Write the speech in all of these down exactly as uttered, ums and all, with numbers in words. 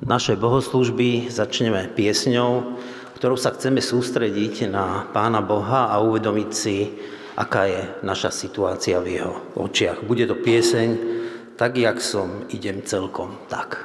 Naše bohoslúžby začneme piesňou, ktorou sa chceme sústrediť na Pána Boha a uvedomiť si, aká je naša situácia v jeho očiach. Bude to pieseň Tak, jak som, idem celkom tak.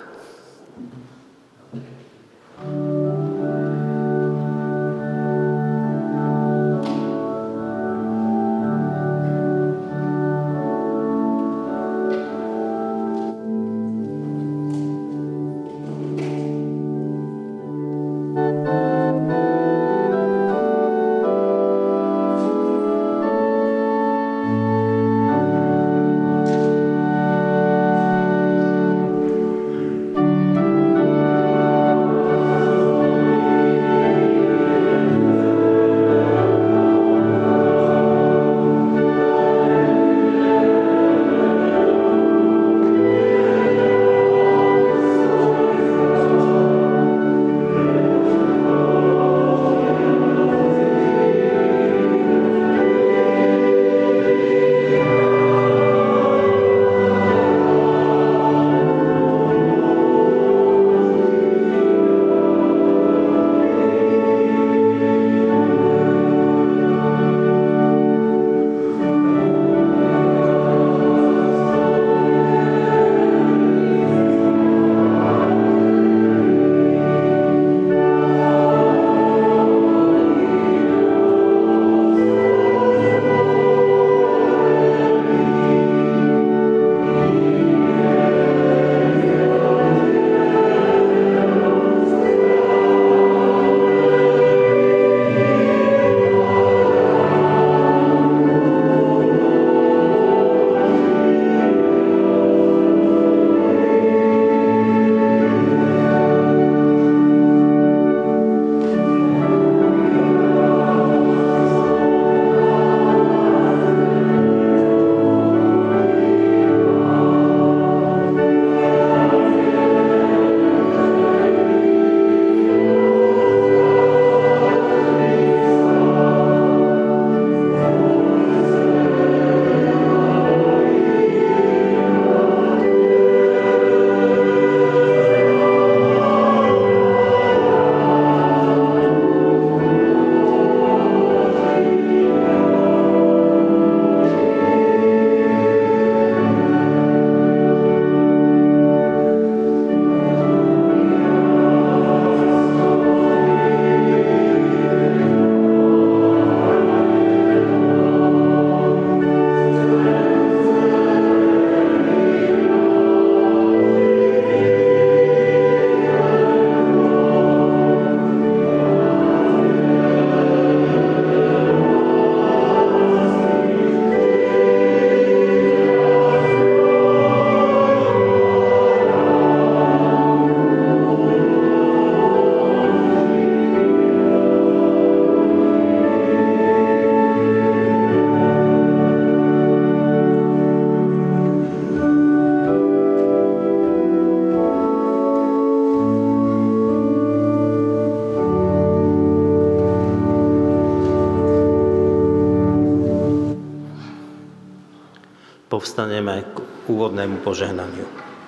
Povstaneme k úvodnému požehnaniu.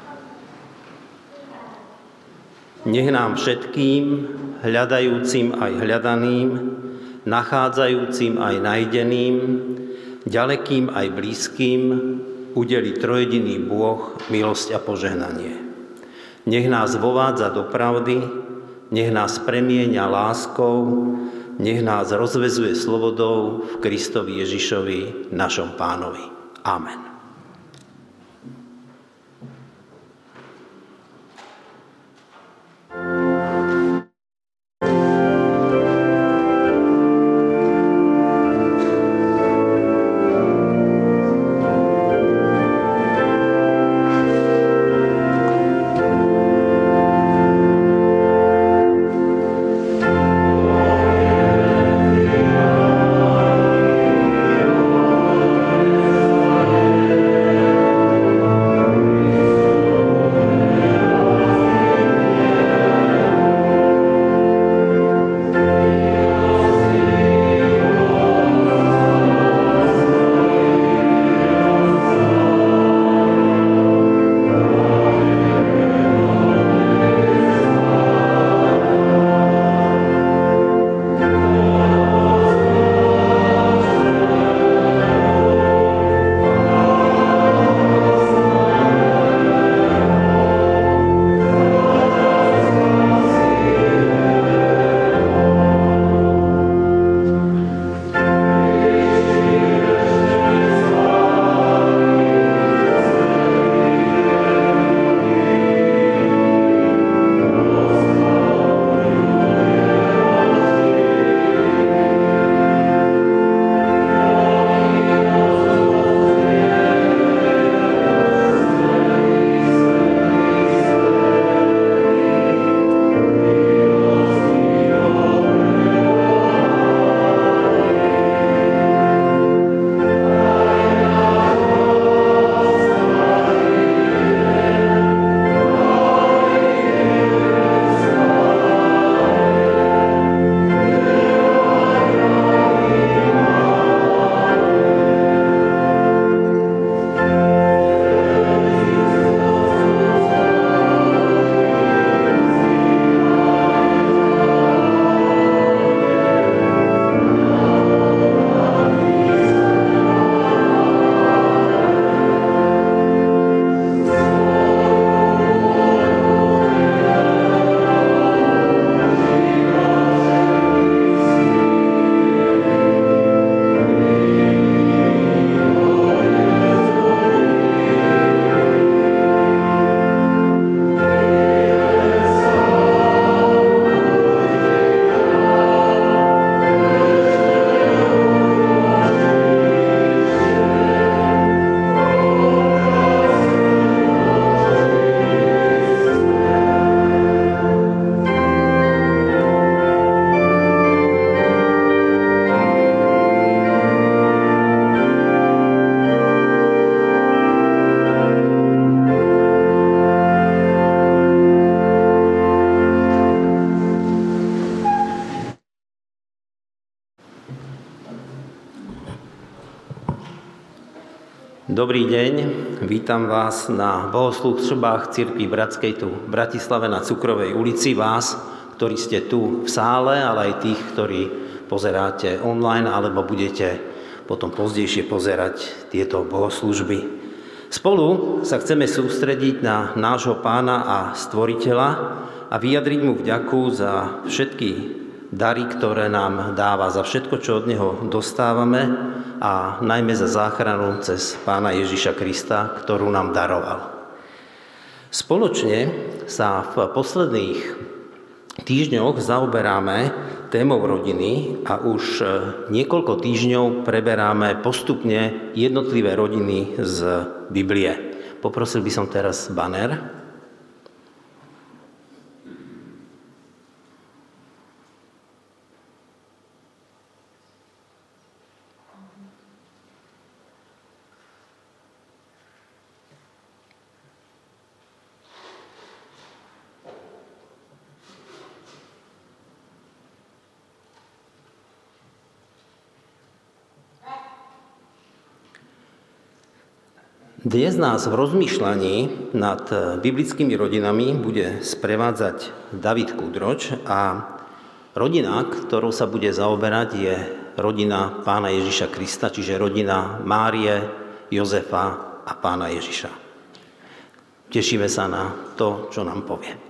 Nech nám všetkým, hľadajúcim aj hľadaným, nachádzajúcim aj nájdeným, ďalekým aj blízkym, udeli trojediný Bôh milosť a požehnanie. Nech nás vovádza do pravdy, nech nás premieňa láskou, nech nás rozvezuje slobodou v Kristovi Ježišovi, našom Pánovi. Amen. Amen. Dobrý deň, vítam vás na bohoslúžbách Cirkvi Bratskej tu v Bratislave na Cukrovej ulici. Vás, ktorí ste tu v sále, ale aj tých, ktorí pozeráte online alebo budete potom pozdejšie pozerať tieto bohoslúžby. Spolu sa chceme sústrediť na nášho Pána a Stvoriteľa a vyjadriť mu vďaku za všetky dary, ktoré nám dáva, za všetko, čo od Neho dostávame a najmä za záchranu cez Pána Ježiša Krista, ktorú nám daroval. Spoločne sa v posledných týždňoch zaoberáme témou rodiny a už niekoľko týždňov preberáme postupne jednotlivé rodiny z Biblie. Poprosil by som teraz banner. Dnes nás v rozmýšľaní nad biblickými rodinami bude sprevádzať David Kudroč a rodina, ktorou sa bude zaoberať, je rodina Pána Ježiša Krista, čiže rodina Márie, Jozefa a Pána Ježiša. Tešíme sa na to, čo nám povie.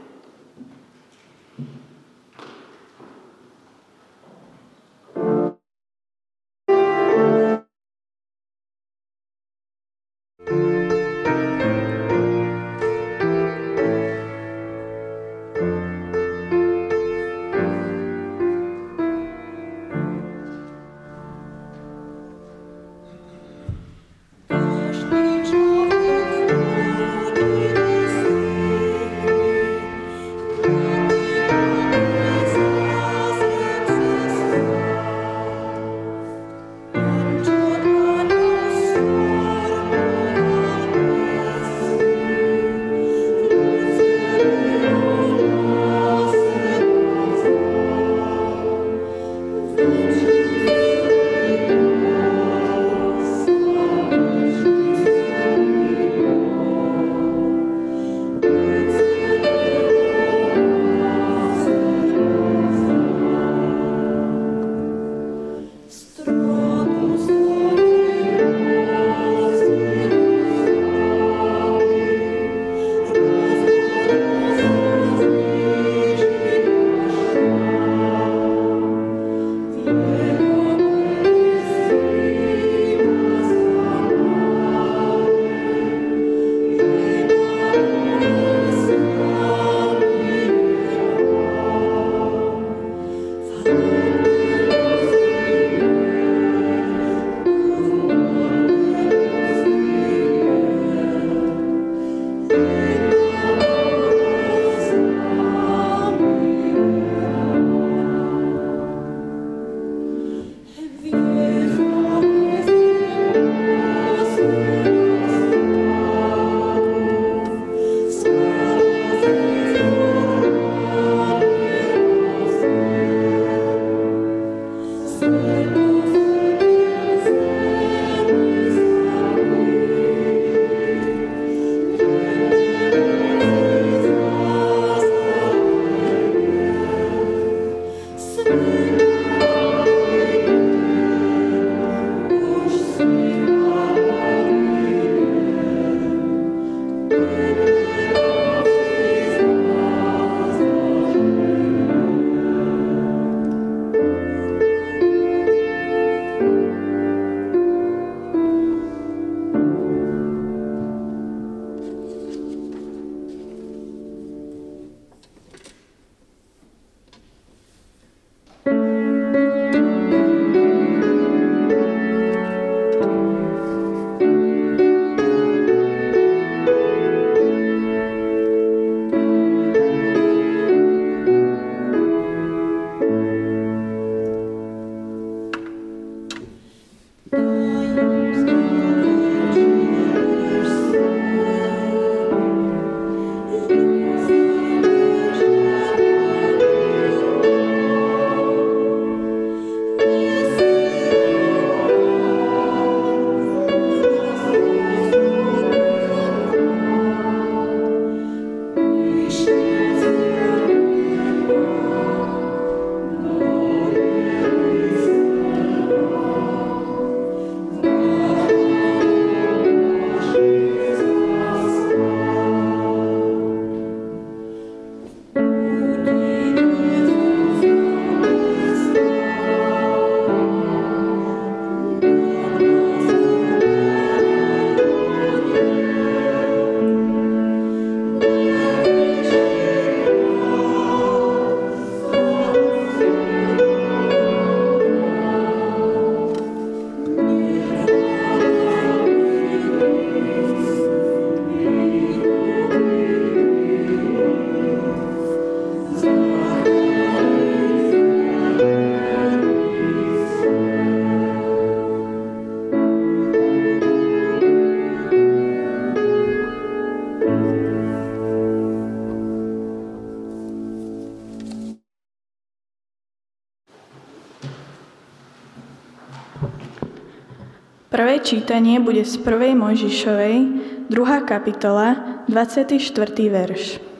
Prvé čítanie bude z prvej Mojžišovej, druhá kapitola, dvadsiaty štvrtý verš.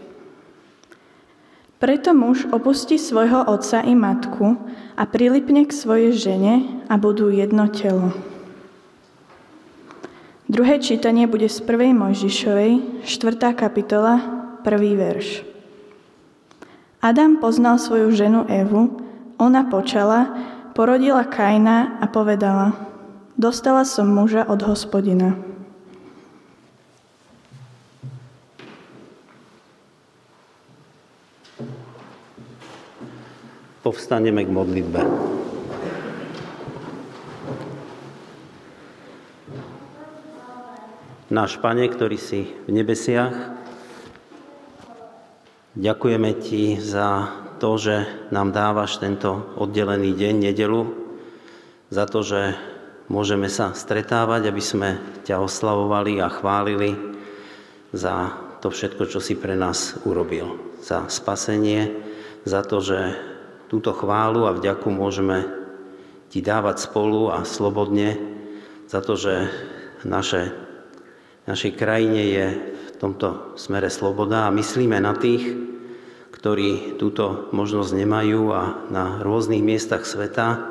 Preto muž opustí svojho otca i matku a prilipne k svojej žene a budú jedno telo. Druhé čítanie bude z prvej Mojžišovej, štvrtá kapitola, prvý verš. Adam poznal svoju ženu Evu, ona počala, porodila Kaina a povedala: Dostala som muža od Hospodina. Povstaneme k modlitbe. Náš Pane, ktorý si v nebesiach, ďakujeme Ti za to, že nám dávaš tento oddelený deň, nedeľu, za to, že môžeme sa stretávať, aby sme ťa oslavovali a chválili za to všetko, čo si pre nás urobil. Za spasenie, za to, že túto chválu a vďaku môžeme ti dávať spolu a slobodne, za to, že naše, našej krajine je v tomto smere sloboda a myslíme na tých, ktorí túto možnosť nemajú a na rôznych miestach sveta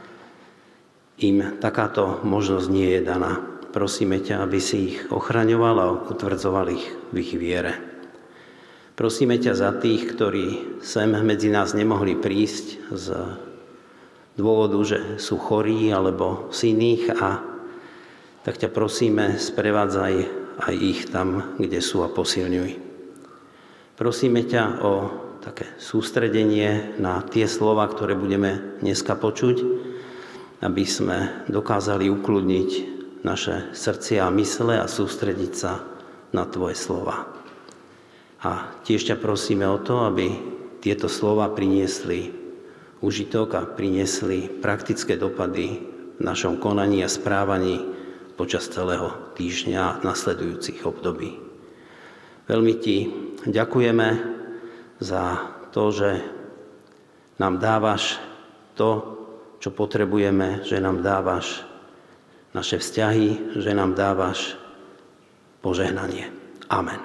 im takáto možnosť nie je daná. Prosíme ťa, aby si ich ochraňoval a utvrdzoval ich v ich viere. Prosíme ťa za tých, ktorí sem medzi nás nemohli prísť z dôvodu, že sú chorí alebo z iných, a tak ťa prosíme, sprevádzaj aj ich tam, kde sú, a posilňuj. Prosíme ťa o také sústredenie na tie slova, ktoré budeme dneska počuť, aby sme dokázali ukludniť naše srdcia a mysle a sústrediť sa na tvoje slova. A tiež ťa prosíme o to, aby tieto slova priniesli užitok a priniesli praktické dopady v našom konaní a správaní počas celého týždňa a nasledujúcich období. Veľmi ti ďakujeme za to, že nám dávaš to, čo potrebujeme, že nám dávaš naše vzťahy, že nám dávaš požehnanie. Amen.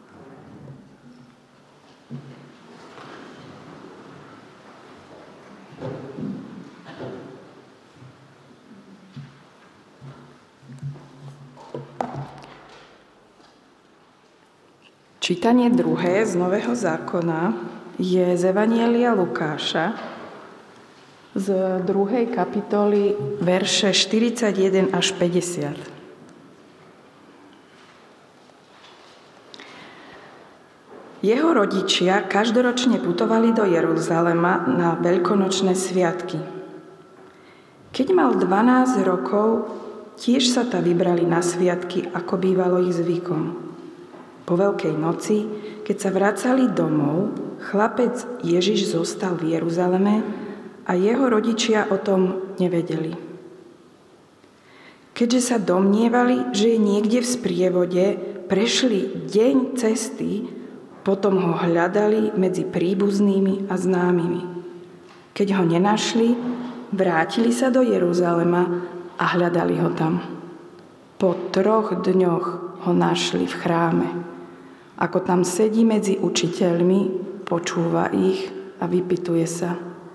Čítanie druhé z Nového zákona je z Evanjelia Lukáša, z druhej kapitoly, verše štyridsaťjeden až päťdesiat. Jeho rodičia každoročne putovali do Jeruzalema na veľkonočné sviatky. Keď mal dvanásť rokov, tiež sa ta vybrali na sviatky, ako bývalo ich zvykom. Po Veľkej noci, keď sa vracali domov, chlapec Ježiš zostal v Jeruzaleme a jeho rodičia o tom nevedeli. Keďže sa domnievali, že je niekde v sprievode, prešli deň cesty, potom ho hľadali medzi príbuznými a známymi. Keď ho nenašli, vrátili sa do Jeruzalema a hľadali ho tam. Po troch dňoch ho našli v chráme. Ako tam sedí medzi učiteľmi, počúva ich a vypytuje sa.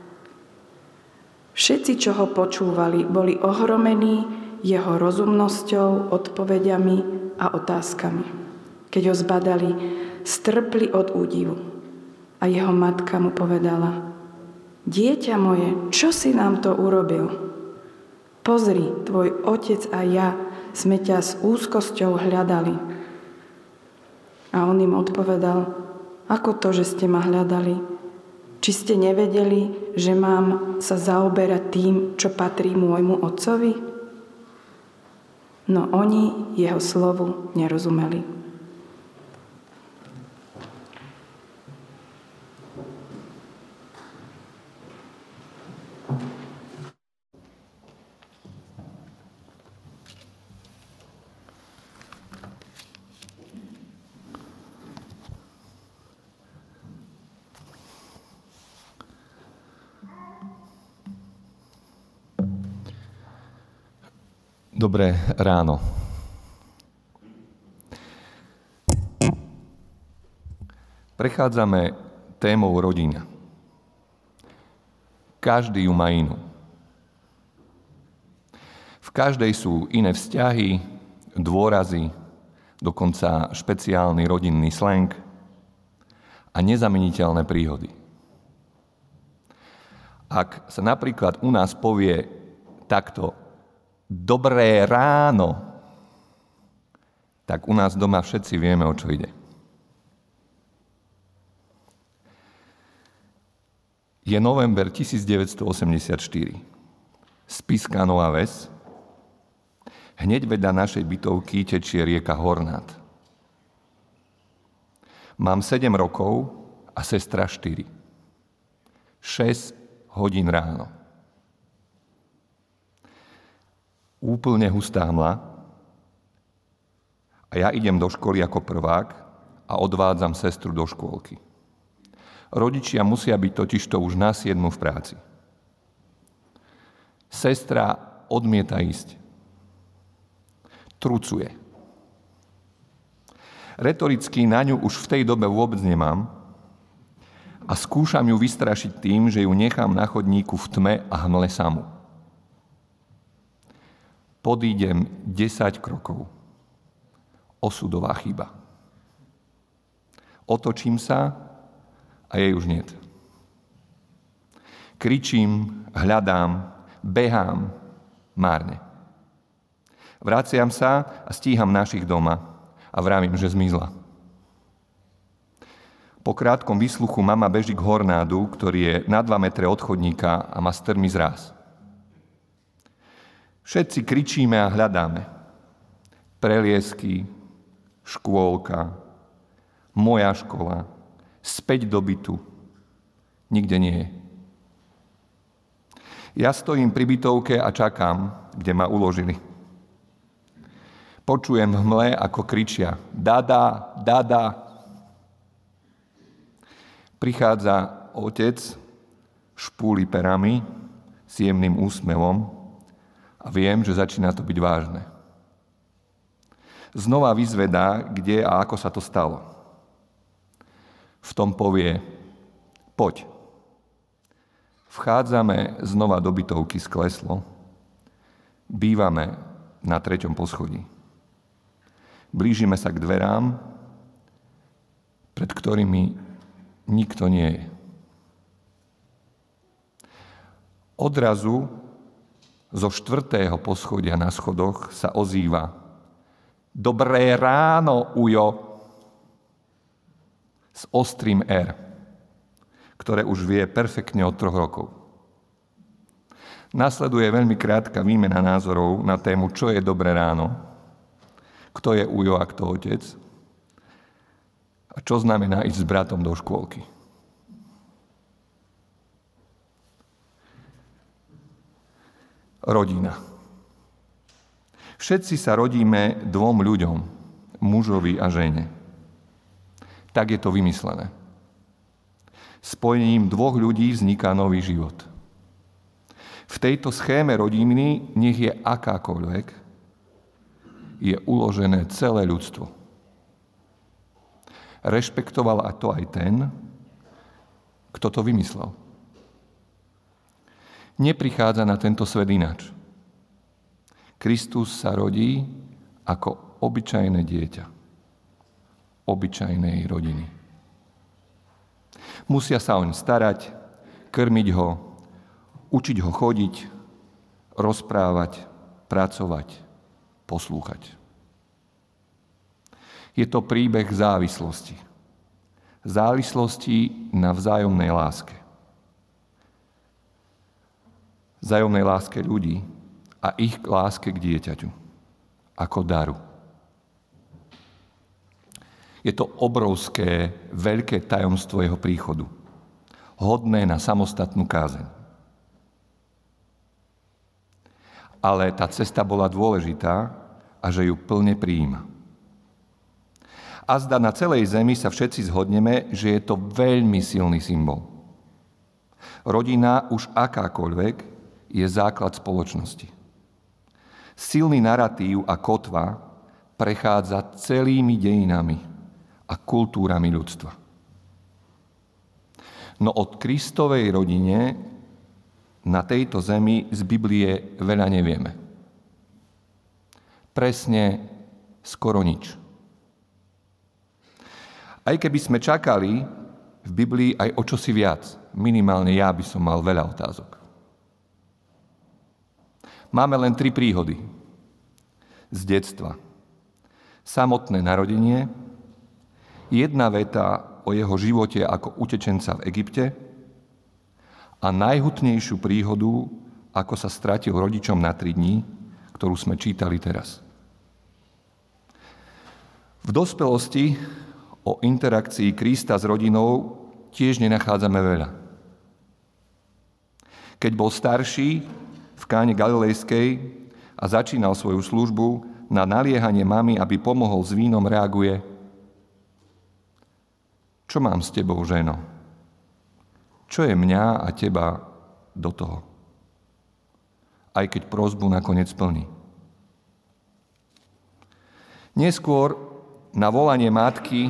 Všetci, čo ho počúvali, boli ohromení jeho rozumnosťou, odpovediami a otázkami. Keď ho zbadali, strpli od údivu. A jeho matka mu povedala: Dieťa moje, čo si nám to urobil? Pozri, tvoj otec a ja sme ťa s úzkosťou hľadali. A on im odpovedal: Ako to, že ste ma hľadali? Či ste nevedeli, že mám sa zaoberať tým, čo patrí môjmu otcovi? No oni jeho slovu nerozumeli. Dobré ráno. Prechádzame témou rodina. Každý ju má inú. V každej sú iné vzťahy, dôrazy, dokonca špeciálny rodinný slang a nezameniteľné príhody. Ak sa napríklad u nás povie takto dobré ráno, tak u nás doma všetci vieme, o čo ide. Je november devätnásťstoosemdesiatštyri. Spišská Nová Ves. Hneď vedľa našej bytovky tečie rieka Hornát. Mám sedem rokov a sestra štyri. šesť hodín ráno. Úplne hustá hmla a ja idem do školy ako prvák a odvádzam sestru do škôlky. Rodičia musia byť totižto už na siedmu v práci. Sestra odmieta ísť. Trucuje. Retoricky na ňu už v tej dobe vôbec nemám a skúšam ju vystrašiť tým, že ju nechám na chodníku v tme a hmle samú. Podídem desať krokov. Osudová chyba. Otočím sa a jej už niet. Kričím, hľadám, behám, márne. Vraciam sa a stíham našich doma a vravím, že zmizla. Po krátkom výsluchu mama beží k Hornádu, ktorý je na dva metre od chodníka a má strmý zráz. Všetci kričíme a hľadáme. Preliesky, škôlka, moja škola, späť do bytu. Nikde nie je. Ja stojím pri bytovke a čakám, kde ma uložili. Počujem v hmle, ako kričia Dada, Dada. Prichádza otec, špúli perami, s jemným úsmevom a viem, že začína to byť vážne. Znova vyzvedá, kde a ako sa to stalo. V tom povie, poď. Vchádzame znova do bytovky z Kleslo. Bývame na treťom poschodí. Blížime sa k dverám, pred ktorými nikto nie je. Odrazu zo štvrtého poschodia na schodoch sa ozýva Dobré ráno, Ujo! S ostrým R, ktoré už vie perfektne od troch rokov. Nasleduje veľmi krátka výmena názorov na tému, čo je dobré ráno, kto je Ujo a kto otec a čo znamená ísť s bratom do škôlky. Rodina. Všetci sa rodíme dvom ľuďom, mužovi a žene. Tak je to vymyslené. Spojením dvoch ľudí vzniká nový život. V tejto schéme rodiny, nech je akákoľvek, je uložené celé ľudstvo. Rešpektoval a to aj ten, kto to vymyslel. Neprichádza na tento svet ináč. Kristus sa rodí ako obyčajné dieťa obyčajnej rodiny. Musia sa oň starať, krmiť ho, učiť ho chodiť, rozprávať, pracovať, poslúchať. Je to príbeh závislosti. Závislosti na vzájomnej láske. Vzájomnej láske ľudí a ich láske k dieťaťu. Ako daru. Je to obrovské, veľké tajomstvo jeho príchodu. Hodné na samostatnú kázeň. Ale tá cesta bola dôležitá a že ju plne prijíma. Azda na celej zemi sa všetci zhodneme, že je to veľmi silný symbol. Rodina, už akákoľvek, je základ spoločnosti. Silný naratív a kotva prechádza celými dejinami a kultúrami ľudstva. No od Kristovej rodine na tejto zemi z Biblie veľa nevieme. Presne skoro nič. Aj keby sme čakali v Biblii aj o čosi viac, minimálne ja by som mal veľa otázok. Máme len tri príhody z detstva. Samotné narodenie, jedna veta o jeho živote ako utečenca v Egypte a najhutnejšiu príhodu, ako sa stratil rodičom na tri dní, ktorú sme čítali teraz. V dospelosti o interakcii Krista s rodinou tiež nenachádzame veľa. Keď bol starší, v Káne Galilejskej a začínal svoju službu, na naliehanie mamy, aby pomohol s vínom, reaguje: Čo mám s tebou, ženo? Čo je mňa a teba do toho? Aj keď prosbu nakoniec plní. Neskôr na volanie matky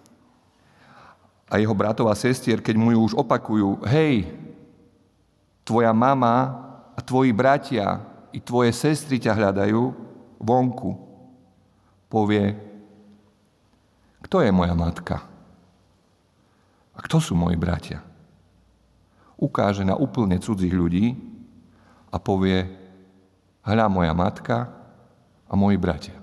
a jeho bratov a sestier, keď mu ju už opakujú: Hej, tvoja mama a tvoji bratia i tvoje sestry ťa hľadajú vonku, povie: Kto je moja matka? A kto sú moji bratia? Ukáže na úplne cudzích ľudí a povie: Hľa, moja matka a moji bratia.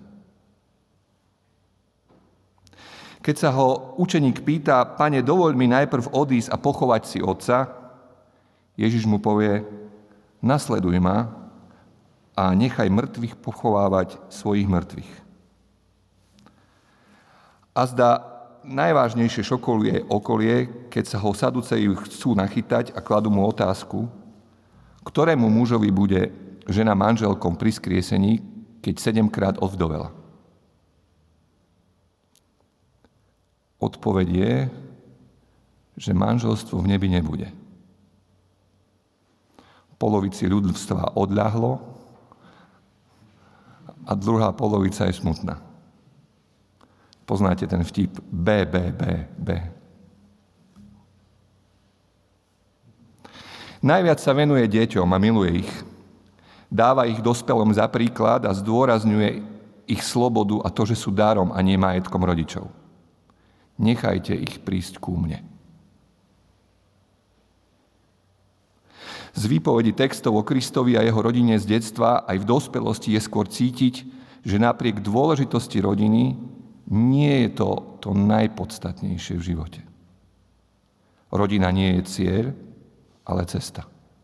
Keď sa ho učeník pýta: Pane, dovoľ mi najprv odísť a pochovať si otca, Ježiš mu povie: Nasleduj ma a nechaj mŕtvych pochovávať svojich mŕtvych. Azda najvážnejšie šokuje okolie, keď sa ho saduceji chcú nachytať a kladú mu otázku, ktorému mužovi bude žena manželkom pri skriesení, keď sedemkrát ovdovela. Odpoveď je, že manželstvo v nebi nebude. Polovici ľudstva odľahlo a druhá polovica je smutná. Poznáte ten vtip B, B, B, B. Najviac sa venuje deťom a miluje ich. Dáva ich dospelom za príklad a zdôrazňuje ich slobodu a to, že sú darom a nie majetkom rodičov. Nechajte ich prísť ku mne. Z výpovedí textov o Kristovi a jeho rodine z detstva aj v dospelosti je skôr cítiť, že napriek dôležitosti rodiny nie je to to najpodstatnejšie v živote. Rodina nie je cieľ, ale cesta.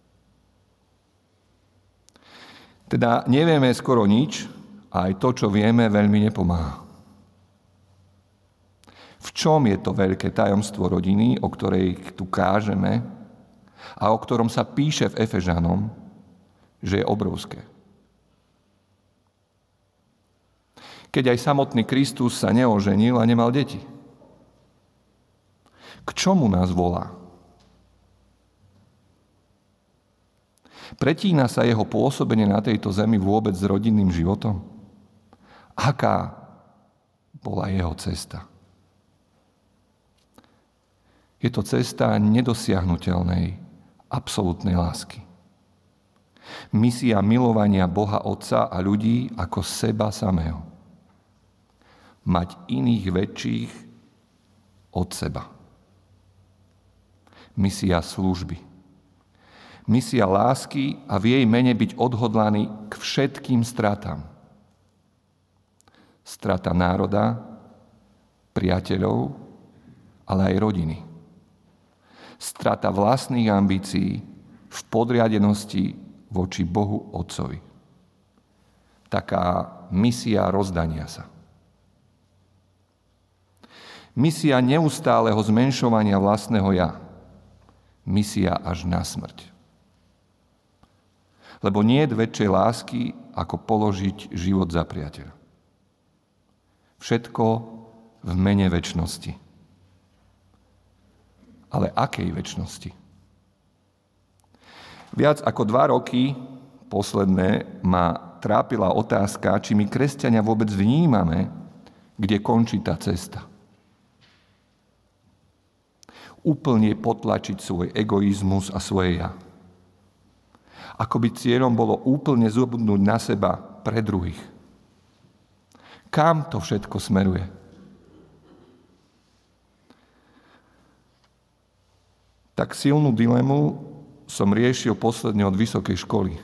Teda nevieme skoro nič a aj to, čo vieme, veľmi nepomáha. V čom je to veľké tajomstvo rodiny, o ktorej tu kážeme a o ktorom sa píše v Efežanom, že je obrovské? Keď aj samotný Kristus sa neoženil a nemal deti. K čomu nás volá? Pretína sa jeho pôsobenie na tejto zemi vôbec s rodinným životom? Aká bola jeho cesta? Je to cesta nedosiahnuteľnej, absolútnej lásky. Misia milovania Boha Otca a ľudí ako seba samého. Mať iných väčších od seba. Misia služby. Misia lásky a v jej mene byť odhodlaný k všetkým stratám. Strata národa, priateľov, ale aj rodiny. Strata vlastných ambícií v podriadenosti voči Bohu Otcovi. Taká misia rozdania sa. Misia neustáleho zmenšovania vlastného ja. Misia až na smrť. Lebo nie je väčšej lásky, ako položiť život za priateľa. Všetko v mene večnosti. Ale akej večnosti? Viac ako dva roky, posledné, ma trápila otázka, či my kresťania vôbec vnímame, kde končí tá cesta. Úplne potlačiť svoj egoizmus a svoje ja. Ako by cieľom bolo úplne zabudnúť na seba pre druhých. Kam to všetko smeruje? Tak silnú dilemu som riešil posledne od vysokej školy.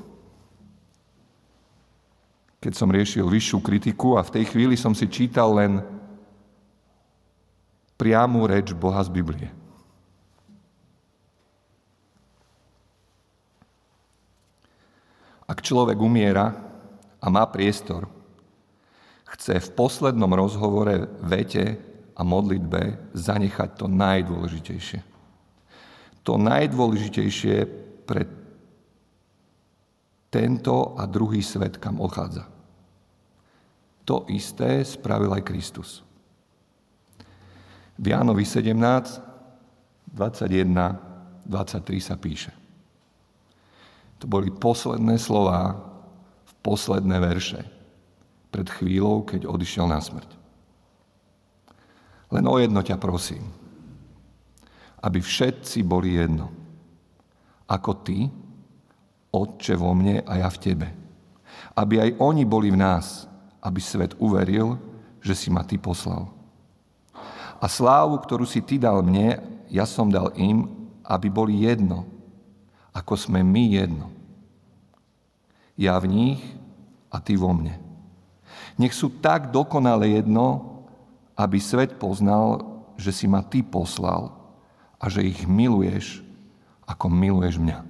Keď som riešil vyššiu kritiku a v tej chvíli som si čítal len priamu reč Boha z Biblie. Ak človek umiera a má priestor, chce v poslednom rozhovore, vete a modlitbe zanechať to najdôležitejšie. To najdôležitejšie pre tento a druhý svet, kam odchádza. To isté spravil aj Kristus. V Jánovi sedemnásť, dvadsaťjeden, dvadsaťtri sa píše. To boli posledné slová v posledné verše pred chvíľou, keď odišiel na smrť. Len o jedno ťa prosím, aby všetci boli jedno, ako ty, Otče vo mne a ja v tebe. Aby aj oni boli v nás, aby svet uveril, že si ma ty poslal. A slávu, ktorú si ty dal mne, ja som dal im, aby boli jedno, ako sme my jedno. Ja v nich a ty vo mne. Nech sú tak dokonale jedno, aby svet poznal, že si ma ty poslal a že ich miluješ, ako miluješ mňa.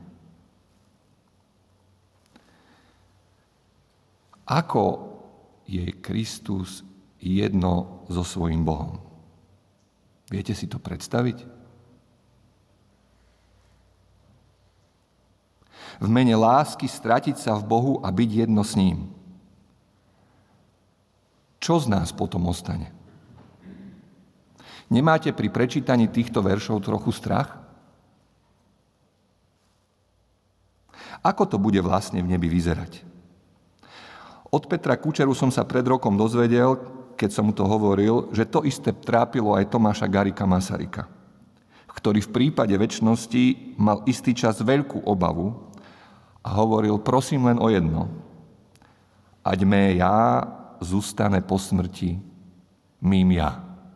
Ako je Kristus jedno so svojím Bohom? Viete si to predstaviť? V mene lásky stratiť sa v Bohu a byť jedno s ním. Čo z nás potom ostane? Nemáte pri prečítaní týchto veršov trochu strach? Ako to bude vlastne v nebi vyzerať? Od Petra Kučeru som sa pred rokom dozvedel, keď som mu to hovoril, že to isté trápilo aj Tomáša Garrigua Masaryka, ktorý v prípade večnosti mal istý čas veľkú obavu a hovoril, prosím len o jedno. Ať mé ja zůstane po smrti mým ja.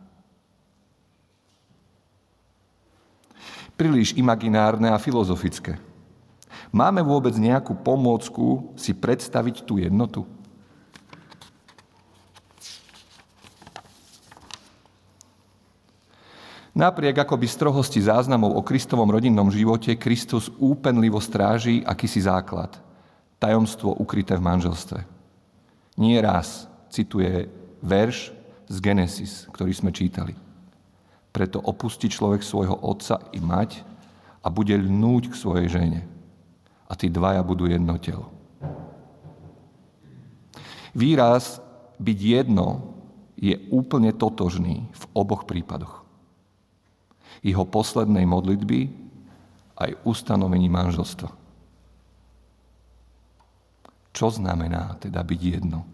Príliš imaginárne a filozofické. Máme vôbec nejakú pomôcku si predstaviť tú jednotu? Napriek akoby strohosti záznamov o Kristovom rodinnom živote, Kristus úpenlivo stráži akýsi základ, tajomstvo ukryté v manželstve. Nie raz cituje verš z Genesis, ktorý sme čítali. Preto opustí človek svojho otca i mať a bude lnúť k svojej žene. A tí dvaja budú jedno telo. Výraz byť jedno je úplne totožný v oboch prípadoch. Jeho poslednej modlitby aj ustanovení manželstva. Čo znamená teda byť jedno?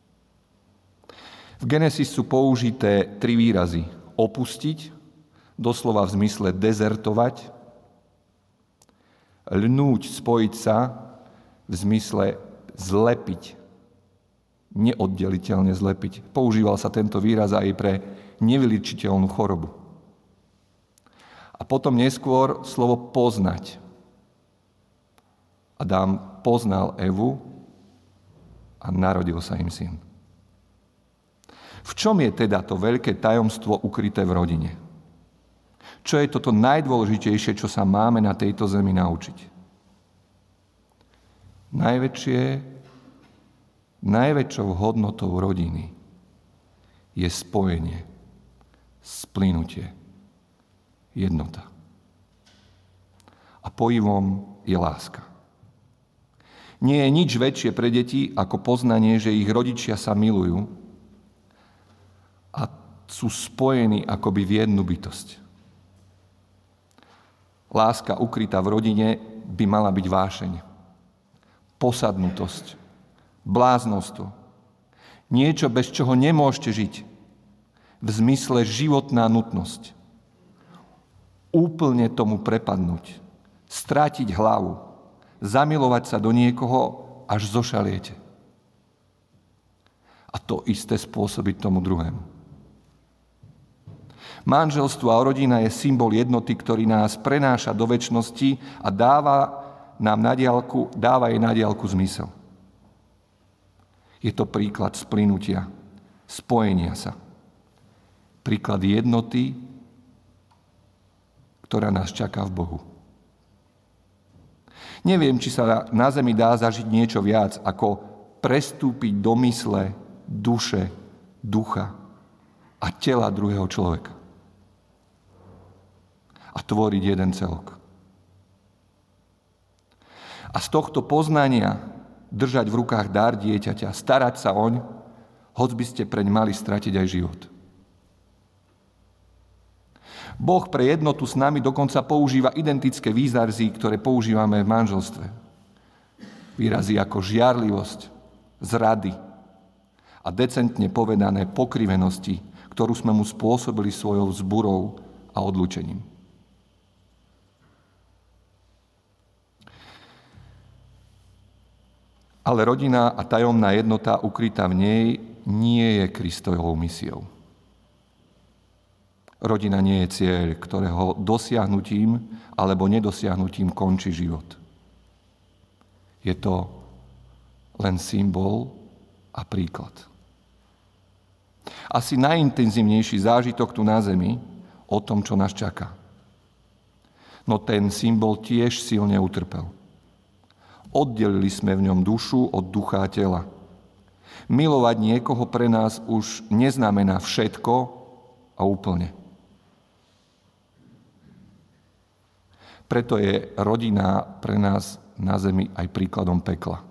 V Genesis sú použité tri výrazy. Opustiť, doslova v zmysle dezertovať, lnúť, spojiť sa, v zmysle zlepiť, neoddeliteľne zlepiť. Používal sa tento výraz aj pre nevyliečiteľnú chorobu. A potom neskôr slovo poznať. Adam poznal Evu a narodil sa im syn. V čom je teda to veľké tajomstvo ukryté v rodine? Čo je toto najdôležitejšie, čo sa máme na tejto zemi naučiť? Najväčšie, najväčšou hodnotou rodiny je spojenie, splynutie, jednota. A pojivom je láska. Nie je nič väčšie pre deti ako poznanie, že ich rodičia sa milujú a sú spojení akoby v jednu bytosť. Láska ukrytá v rodine by mala byť vášeň, posadnutosť bláznostvo, niečo, bez čoho nemôžete žiť, v zmysle životná nutnosť. Úplne tomu prepadnúť, strátiť hlavu, zamilovať sa do niekoho, až zošaliete. A to isté spôsobiť tomu druhému. Manželstvo a rodina je symbol jednoty, ktorý nás prenáša do večnosti a dáva nám na diaľku, dáva jej na diaľku zmysel. Je to príklad splynutia, spojenia sa. Príklad jednoty, ktorá nás čaká v Bohu. Neviem, či sa na zemi dá zažiť niečo viac, ako prestúpiť do mysle, duše, ducha a tela druhého človeka. A tvoriť jeden celok. A z tohto poznania držať v rukách dar dieťaťa, starať sa oň, hoď by ste preň mali stratiť aj život. Boh pre jednotu s nami dokonca používa identické výrazy, ktoré používame v manželstve. Výrazy ako žiarlivosť, zrady a decentne povedané pokrivenosti, ktorú sme mu spôsobili svojou vzburou a odlúčením. Ale rodina a tajomná jednota ukrytá v nej nie je Kristovou misiou. Rodina nie je cieľ, ktorého dosiahnutím alebo nedosiahnutím končí život. Je to len symbol a príklad. Asi najintenzívnejší zážitok tu na zemi o tom, čo nás čaká. No ten symbol tiež silne utrpel. Oddelili sme v ňom dušu od ducha a tela. Milovať niekoho pre nás už neznamená všetko a úplne. Preto je rodina pre nás na zemi aj príkladom pekla.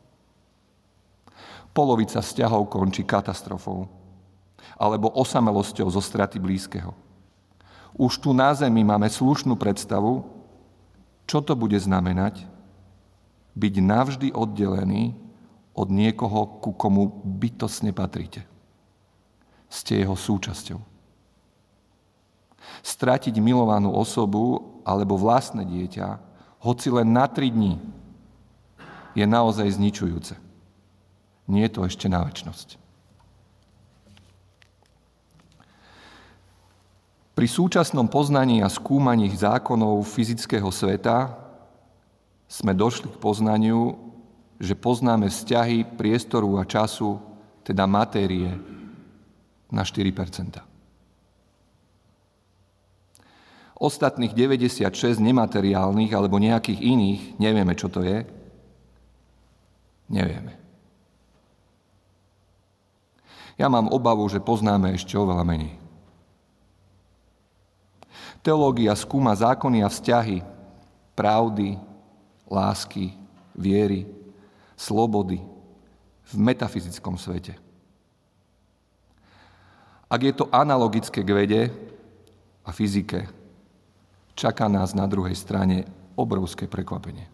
Polovica vzťahov končí katastrofou alebo osamelosťou zo straty blízkeho. Už tu na zemi máme slušnú predstavu, čo to bude znamenať byť navždy oddelený od niekoho, ku komu bytostne patríte. Ste jeho súčasťou. Stratiť milovanú osobu alebo vlastné dieťa, hoci len na tri dni, je naozaj zničujúce. Nie je to ešte na večnosť. Pri súčasnom poznaní a skúmaní zákonov fyzického sveta sme došli k poznaniu, že poznáme vzťahy priestoru a času, teda matérie, na štyri percentá. Ostatných deväťdesiatšesť nemateriálnych alebo nejakých iných, nevieme, čo to je, nevieme. Ja mám obavu, že poznáme ešte oveľa menej. Teológia skúma zákony a vzťahy, pravdy, lásky, viery, slobody v metafyzickom svete. Ak je to analogické k vede a fyzike, čaká nás na druhej strane obrovské prekvapenie.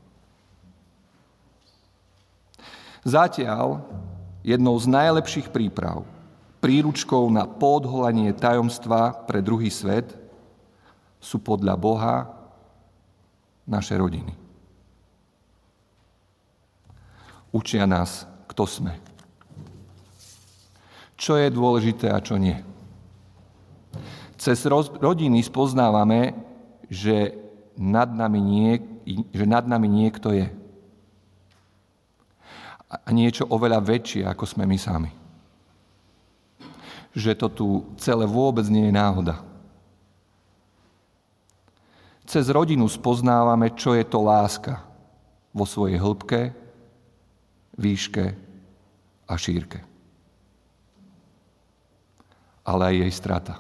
Zatiaľ jednou z najlepších príprav, príručkou na poodhalenie tajomstva pre druhý svet sú podľa Boha naše rodiny. Učia nás, kto sme. Čo je dôležité a čo nie. Cez rodiny spoznávame, že nad nami, nie, že nad nami niekto je. A niečo oveľa väčšie, ako sme my sami. Že to tu celé vôbec nie je náhoda. Cez rodinu spoznávame, čo je to láska vo svojej hĺbke, výške a šírke. Ale aj jej strata.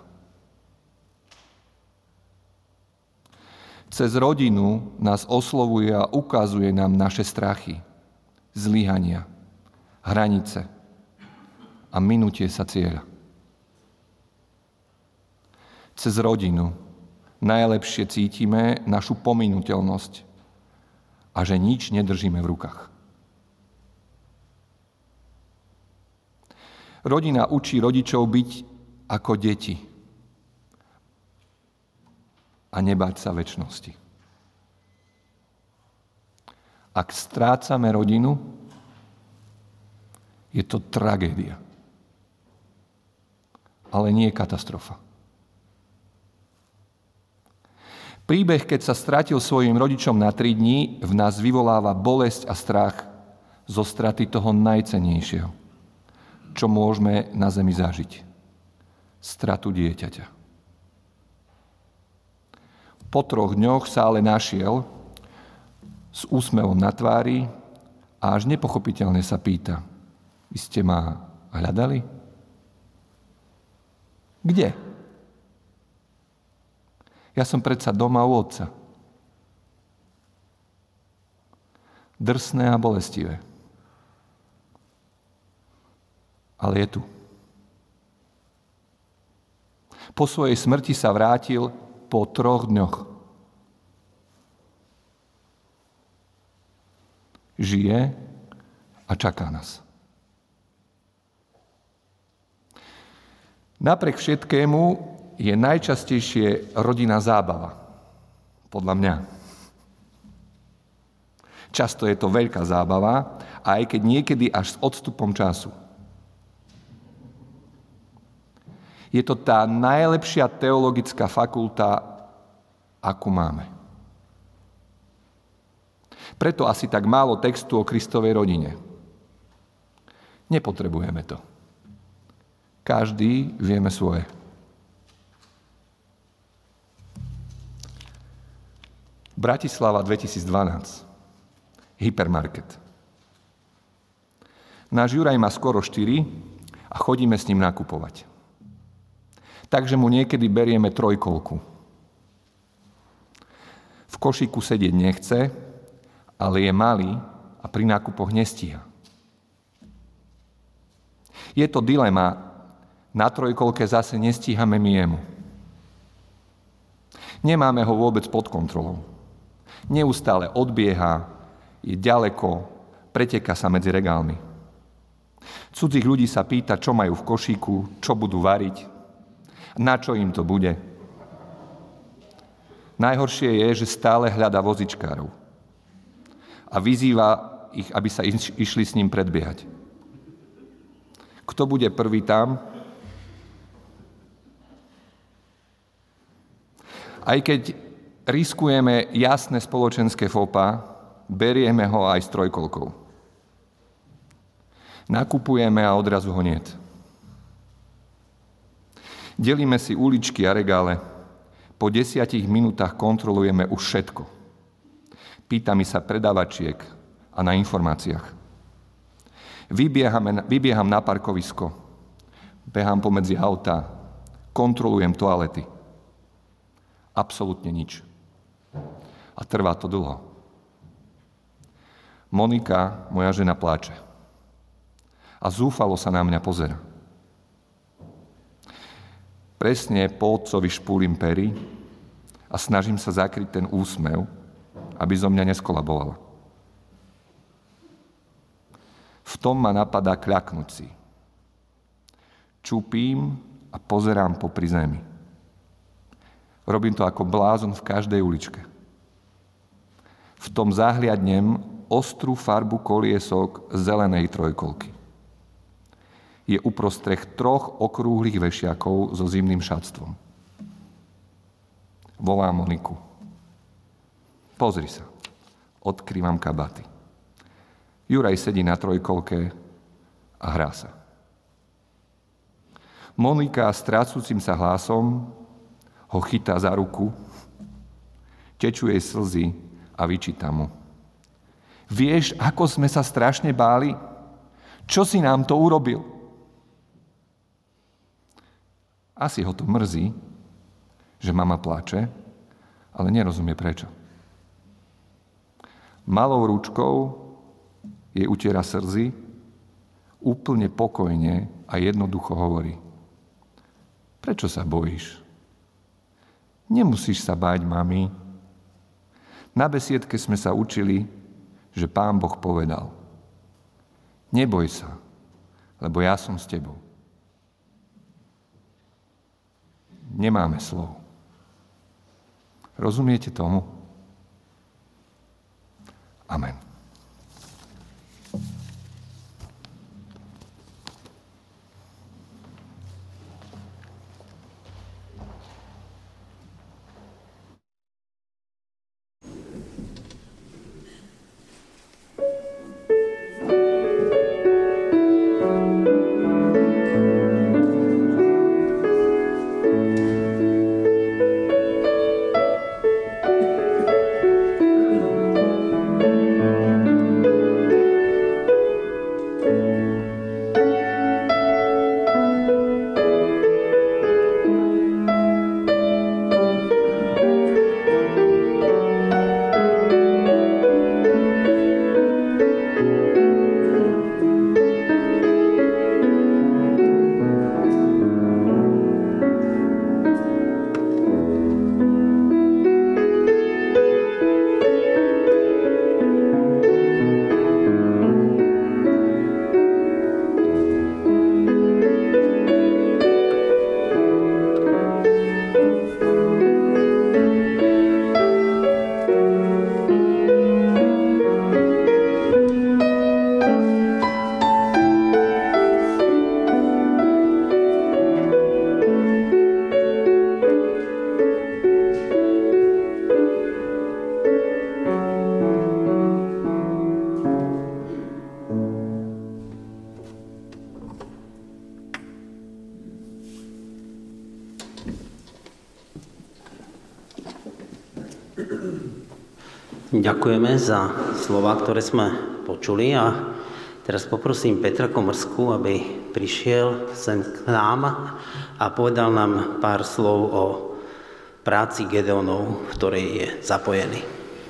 Cez rodinu nás oslovuje a ukazuje nám naše strachy, zlyhania, hranice a minutie sa cieľa. Cez rodinu najlepšie cítime našu pominuteľnosť a že nič nedržíme v rukách. Rodina učí rodičov byť ako deti a nebáť sa večnosti. Ak strácame rodinu, je to tragédia. Ale nie katastrofa. Príbeh, keď sa stratil svojim rodičom na tri dní, v nás vyvoláva bolesť a strach zo straty toho najcennejšieho, čo môžeme na zemi zažiť. Stratu dieťaťa. Po troch dňoch sa ale našiel s úsmevom na tvári a až nepochopiteľne sa pýta: vy ste ma hľadali? Kde? Ja som predsa doma u otca. Drsné a bolestivé. Ale je tu. Po svojej smrti sa vrátil po troch dňoch. Žije a čaká nás. Napriek všetkému je najčastejšie rodinná zábava. Podľa mňa. Často je to veľká zábava, aj keď niekedy až s odstupom času. Je to tá najlepšia teologická fakulta, akú máme. Preto asi tak málo textu o Kristovej rodine. Nepotrebujeme to. Každý vieme svoje. Bratislava dvetisícdvanásť. Hypermarket. Náš Juraj má skoro štyri a chodíme s ním nakupovať. Takže mu niekedy berieme trojkolku. V košíku sedieť nechce, ale je malý a pri nákupoch nestíha. Je to dilema. Na trojkolke zase nestíhame my jemu. Nemáme ho vôbec pod kontrolou. Neustále odbieha, je ďaleko, preteká sa medzi regálmi. Cudzích ľudí sa pýta, čo majú v košíku, čo budú variť, na čo im to bude. Najhoršie je, že stále hľadá vozičkárov a vyzýva ich, aby sa išli s ním predbiehať. Kto bude prvý tam? Aj keď riskujeme jasné spoločenské fópa, berieme ho aj s trojkolkou. Nakupujeme a odrazu ho niet. Delíme si uličky a regále. Po desiatich minútach kontrolujeme už všetko. Pýtame sa predávačiek a na informáciách. Vybiehame, vybieham na parkovisko, behám pomedzi autá, kontrolujem toalety. Absolútne nič. A trvá to dlho. Monika, moja žena, pláče. A zúfalo sa na mňa pozerá. Presne po otcovi špúlim pery a snažím sa zakryť ten úsmev, aby zo mňa neskolabovala. V tom ma napadá kľaknúť si. Čupím a pozerám popri zemi. Robím to ako blázon v každej uličke. V tom zahliadnem ostrú farbu koliesok zelenej trojkolky. Je uprostred troch okrúhlych vešiakov so zimným šatstvom. Volám Moniku. Pozri sa. Odkrývam kabaty. Juraj sedí na trojkolke a hrá sa. Monika s trácúcim sa hlasom ho chytá za ruku, tečú jej slzy a vyčíta mu. Vieš, ako sme sa strašne báli? Čo si nám to urobil? Asi ho to mrzí, že mama pláče, ale nerozumie prečo. Malou ručkou jej utiera slzy, úplne pokojne a jednoducho hovorí. Prečo sa bojíš? Nemusíš sa báť, mami. Na besiedke sme sa učili, že Pán Boh povedal. Neboj sa, lebo ja som s tebou. nemáme slov. Rozumiete tomu? Amen. Ďakujeme za slova, ktoré sme počuli a teraz poprosím Petra Komrskú, aby prišiel sem k nám a povedal nám pár slov o práci Gedeonov, v ktorej je zapojený.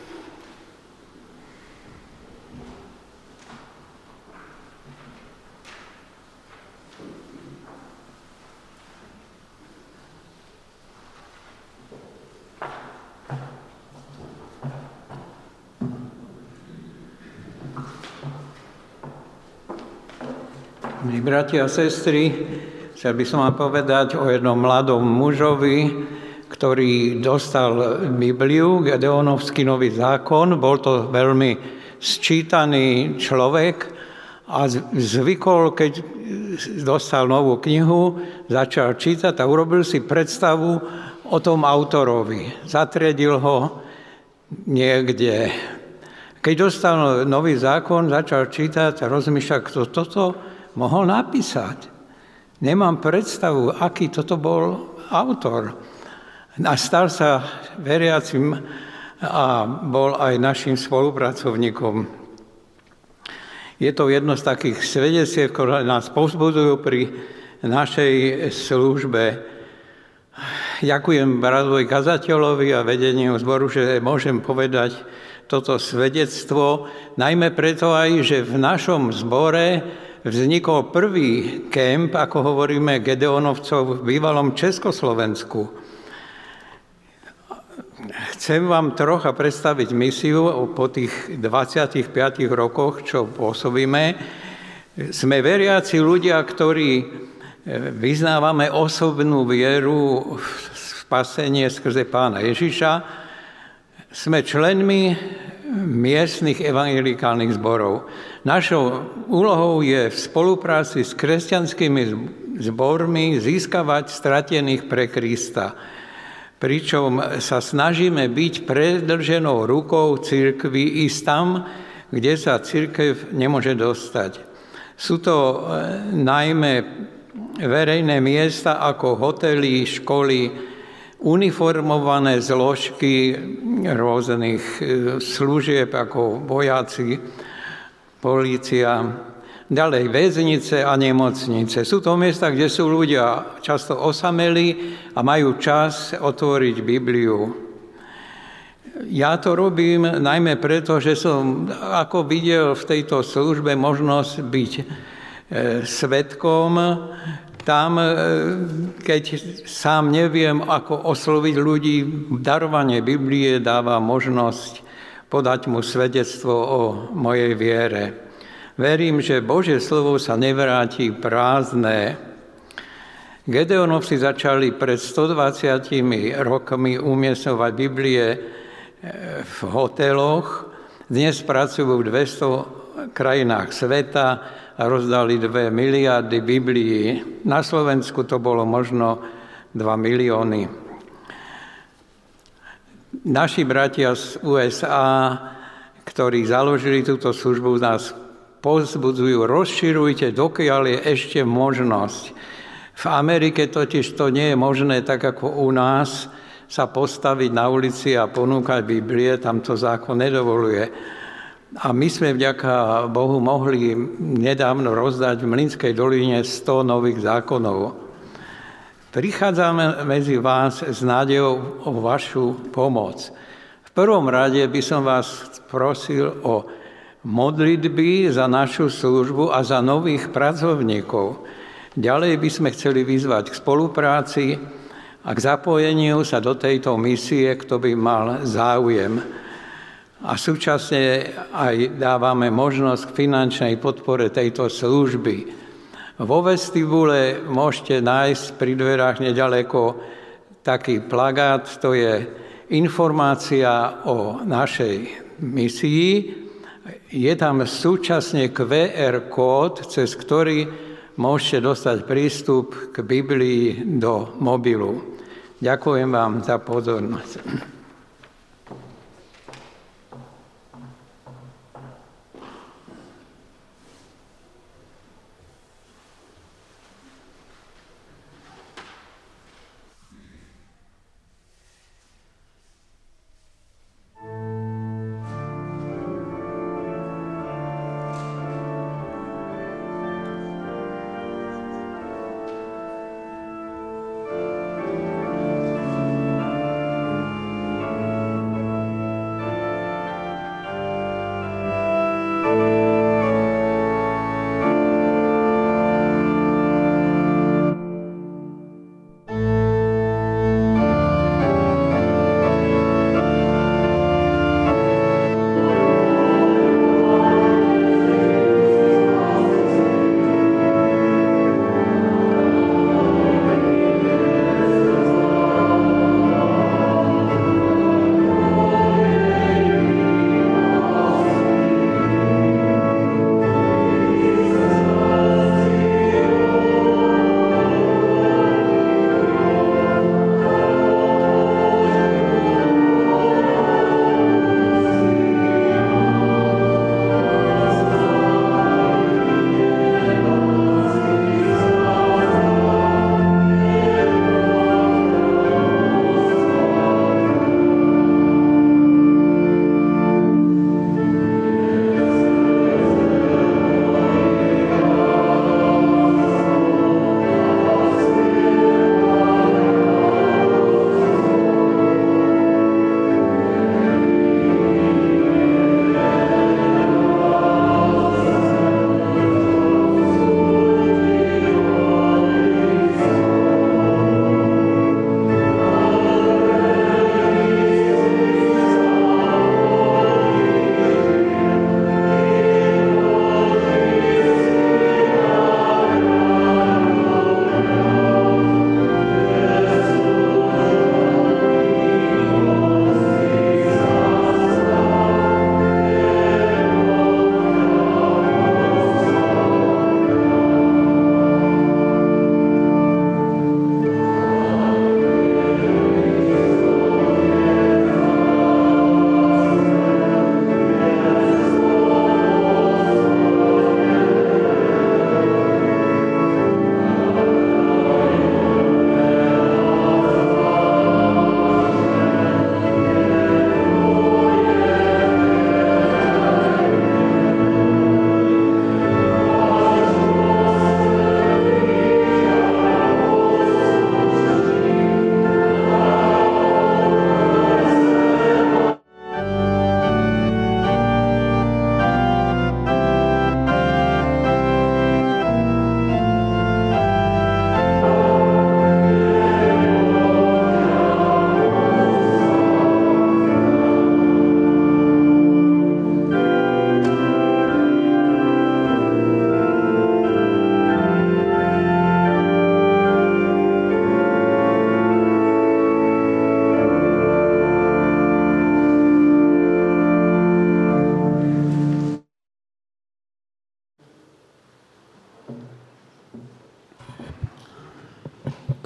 Milí bratia a sestry, chcel by som vám povedať o jednom mladom mužovi, ktorý dostal Bibliu, Gedeonovský nový zákon. Bol to veľmi sčítaný človek a zvykol, keď dostal novú knihu, začal čítať a urobil si predstavu o tom autorovi. Zatriedil ho niekde. Keď dostal nový zákon, začal čítať a rozmýšľať, kto toto mohol napísať. Nemám predstavu, aký toto bol autor. A stal sa veriacim a bol aj našim spolupracovníkom. Je to jedno z takých svedectiev, ktoré nás povzbudujú pri našej službe. Ďakujem bratovi kazateľovi a vedeniu zboru, že môžem povedať toto svedectvo, najmä preto aj, že v našom zbore vznikol prvý kemp, ako hovoríme, Gedeonovcov v bývalom Československu. Chcem vám trocha predstaviť misiu po tých dvadsiatich piatich rokoch, čo pôsobíme. Sme veriaci ľudia, ktorí vyznávame osobnú vieru v spasenie skrze Pána Ježiša. Sme členmi miestnych evangelikálnych zborov. Našou úlohou je v spolupráci s kresťanskými zbormi získavať stratených pre Krista. Pričom sa snažíme byť predĺženou rukou cirkvi ísť tam, kde sa cirkev nemôže dostať. Sú to najmä verejné miesta ako hotely, školy, uniformované zložky rôznych služieb ako vojaci, polícia, ďalej väznice a nemocnice. Sú to miesta, kde sú ľudia často osamelí a majú čas otvoriť Bibliu. Ja to robím najmä preto, že som ako videl v tejto službe možnosť byť svedkom. Tam, keď sám neviem, ako osloviť ľudí, darovanie Biblie dáva možnosť podať mu svedectvo o mojej viere. Verím, že Božie slovo sa nevráti prázdne. Gedeonovci začali pred stodvadsiatimi rokmi umiestňovať Biblie v hoteloch. Dnes pracujú v dvesto krajinách sveta a rozdali dve miliardy Biblií. Na Slovensku to bolo možno dva milióny. Naši bratia z U S A, ktorí založili túto službu, nás povzbudzujú, rozširujte, dokiaľ je ešte možnosť. V Amerike totiž to nie je možné, tak ako u nás, sa postaviť na ulici a ponúkať Biblie, tam to zákon nedovoluje. A my sme vďaka Bohu mohli nedávno rozdať v Mlynskej doline sto nových zákonov. Prichádzame medzi vás s nádejou o vašu pomoc. V prvom rade by som vás prosil o modlitby za našu službu a za nových pracovníkov. Ďalej by sme chceli vyzvať k spolupráci a k zapojeniu sa do tejto misie, kto by mal záujem. A súčasne aj dávame možnosť k finančnej podpore tejto služby. Vo vestibule môžete nájsť pri dverách nedaleko taký plagát, to je informácia o našej misii. Je tam súčasne Q R kód, cez ktorý môžete dostať prístup k Biblii do mobilu. Ďakujem vám za pozornosť.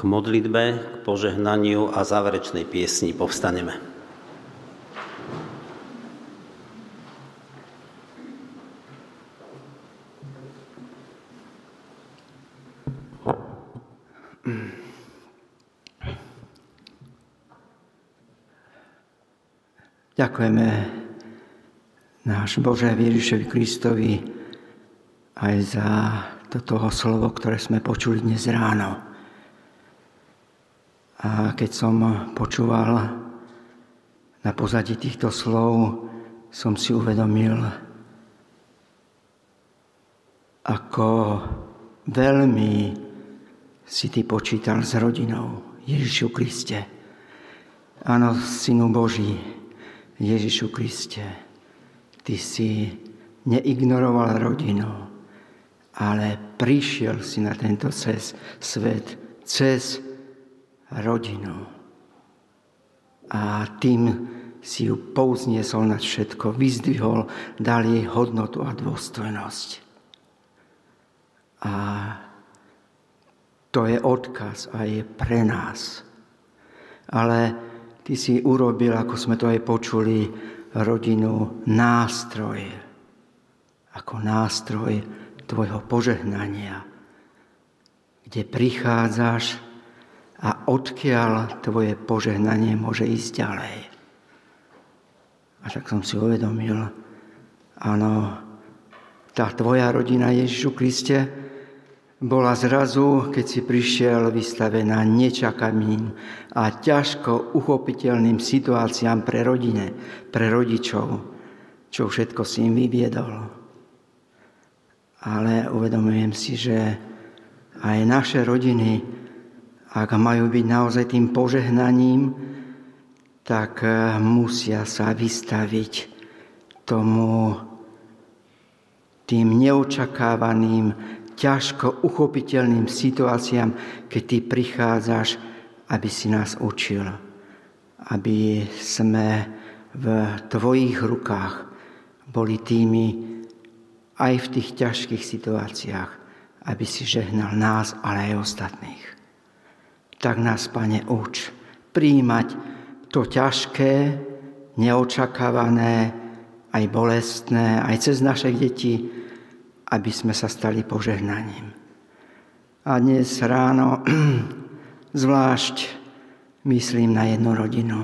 modlitbe, k požehnaniu a záverečnej piesni povstaneme. Ďakujeme náš Bože Ježišovi Kristovi aj za toto slovo, ktoré sme počuli dnes ráno. A keď som počúval na pozadí týchto slov, som si uvedomil, ako veľmi si ty počítal s rodinou Ježišu Kriste. Áno, Synu Boží, Ježišu Kriste, ty si neignoroval rodinu, ale prišiel si na tento cez, svet cez rodinu. A tým si ju povzniesol nad všetko, vyzdvihol, dal jej hodnotu a dôstojnosť. A to je odkaz aj pre nás. Ale ty si urobil, ako sme to aj počuli, rodinu nástroj. Ako nástroj tvojho požehnania, kde prichádzaš a odkiaľ tvoje požehnanie môže ísť ďalej. A tak som si uvedomil, áno, tá tvoja rodina Ježišu Kriste bola zrazu, keď si prišiel, vystavená nečakaným a ťažko uchopiteľným situáciám pre rodine, pre rodičov, čo všetko si im vyviedol. Ale uvedomujem si, že aj naše rodiny, ak majú byť naozaj tým požehnaním, tak musia sa vystaviť tomu tým neočakávaným, ťažko uchopiteľným situáciám, keď ty prichádzaš, aby si nás učil. Aby sme v tvojich rukách boli tými aj v tých ťažkých situáciách, aby si žehnal nás, ale aj ostatných. Tak nás, Pane, uč prijímať to ťažké, neočakávané, aj bolestné, aj cez naše deti, aby sme sa stali požehnaním. A dnes ráno zvlášť myslím na jednu rodinu,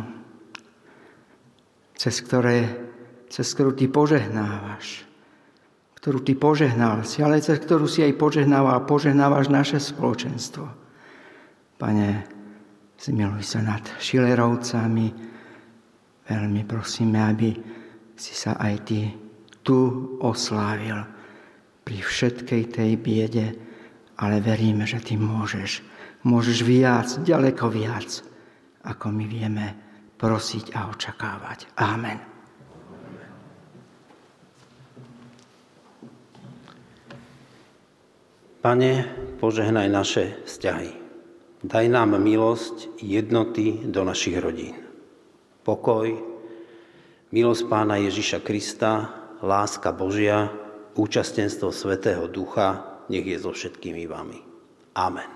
cez, ktoré, cez ktorú ty požehnávaš, ktorú ty požehnal si, ale cez ktorú si aj požehnával a požehnávaš naše spoločenstvo. Pane, zmiluj sa nad Šilerovcami, veľmi prosíme, aby si sa aj ty tu oslávil pri všetkej tej biede, ale veríme, že ty môžeš. Môžeš viac, ďaleko viac, ako my vieme prosiť a očakávať. Amen. Pane, požehnaj naše vzťahy. Daj nám milosť jednoty do našich rodín. Pokoj, milosť Pána Ježiša Krista, láska Božia, účastenstvo Svätého Ducha, nech je so všetkými vami. Amen.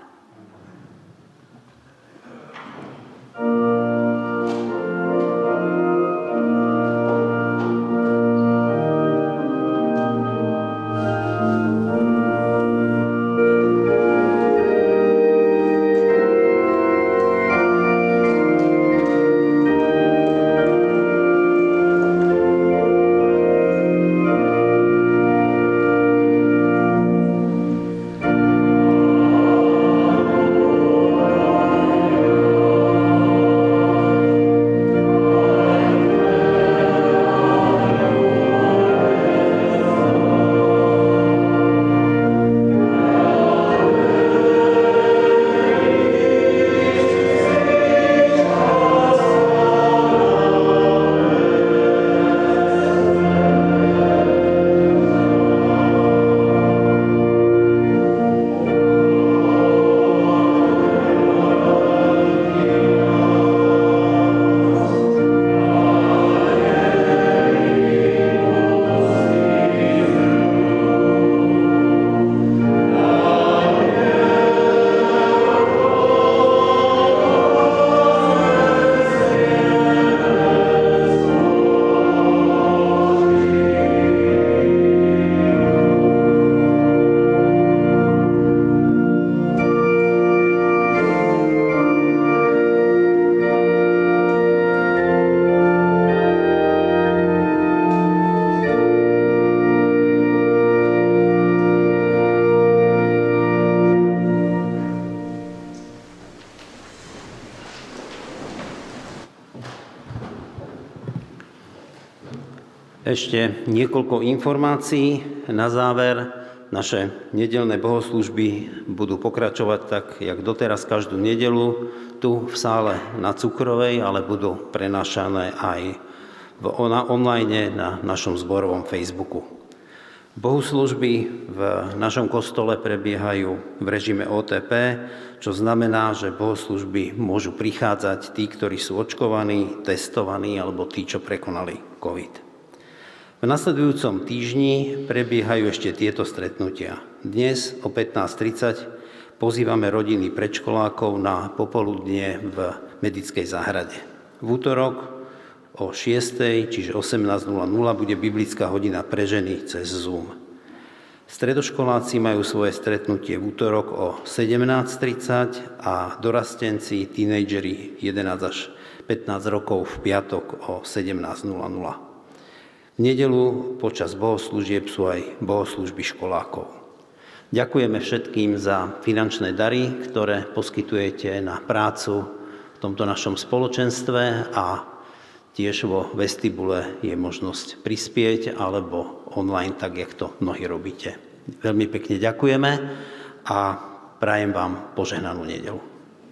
ešte niekoľko informácií na záver. Naše nedeľné bohoslúžby budú pokračovať tak, jak doteraz každú nedeľu tu v sále na Cukrovej, ale budú prenášané aj v online na našom zborovom Facebooku. Bohoslúžby v našom kostole prebiehajú v režime ó té pé, čo znamená, že bohoslúžby môžu prichádzať tí, ktorí sú očkovaní, testovaní alebo tí, čo prekonali COVID. V nasledujúcom týždni prebiehajú ešte tieto stretnutia. Dnes o pätnásť tridsať pozývame rodiny predškolákov na popoludnie v Medickej záhrade. V útorok o šiestej, čiže osemnásť nula nula, bude biblická hodina pre ženy cez Zoom. Stredoškoláci majú svoje stretnutie v útorok o sedemnásť tridsať a dorastenci, tínejdžeri jedenásť až pätnásť rokov v piatok o sedemnásť nula nula. V nedeľu počas bohoslúžieb sú aj bohoslúžby školákov. Ďakujeme všetkým za finančné dary, ktoré poskytujete na prácu v tomto našom spoločenstve a tiež vo vestibule je možnosť prispieť alebo online, tak jak to mnohí robíte. Veľmi pekne ďakujeme a prajem vám požehnanú nedeľu.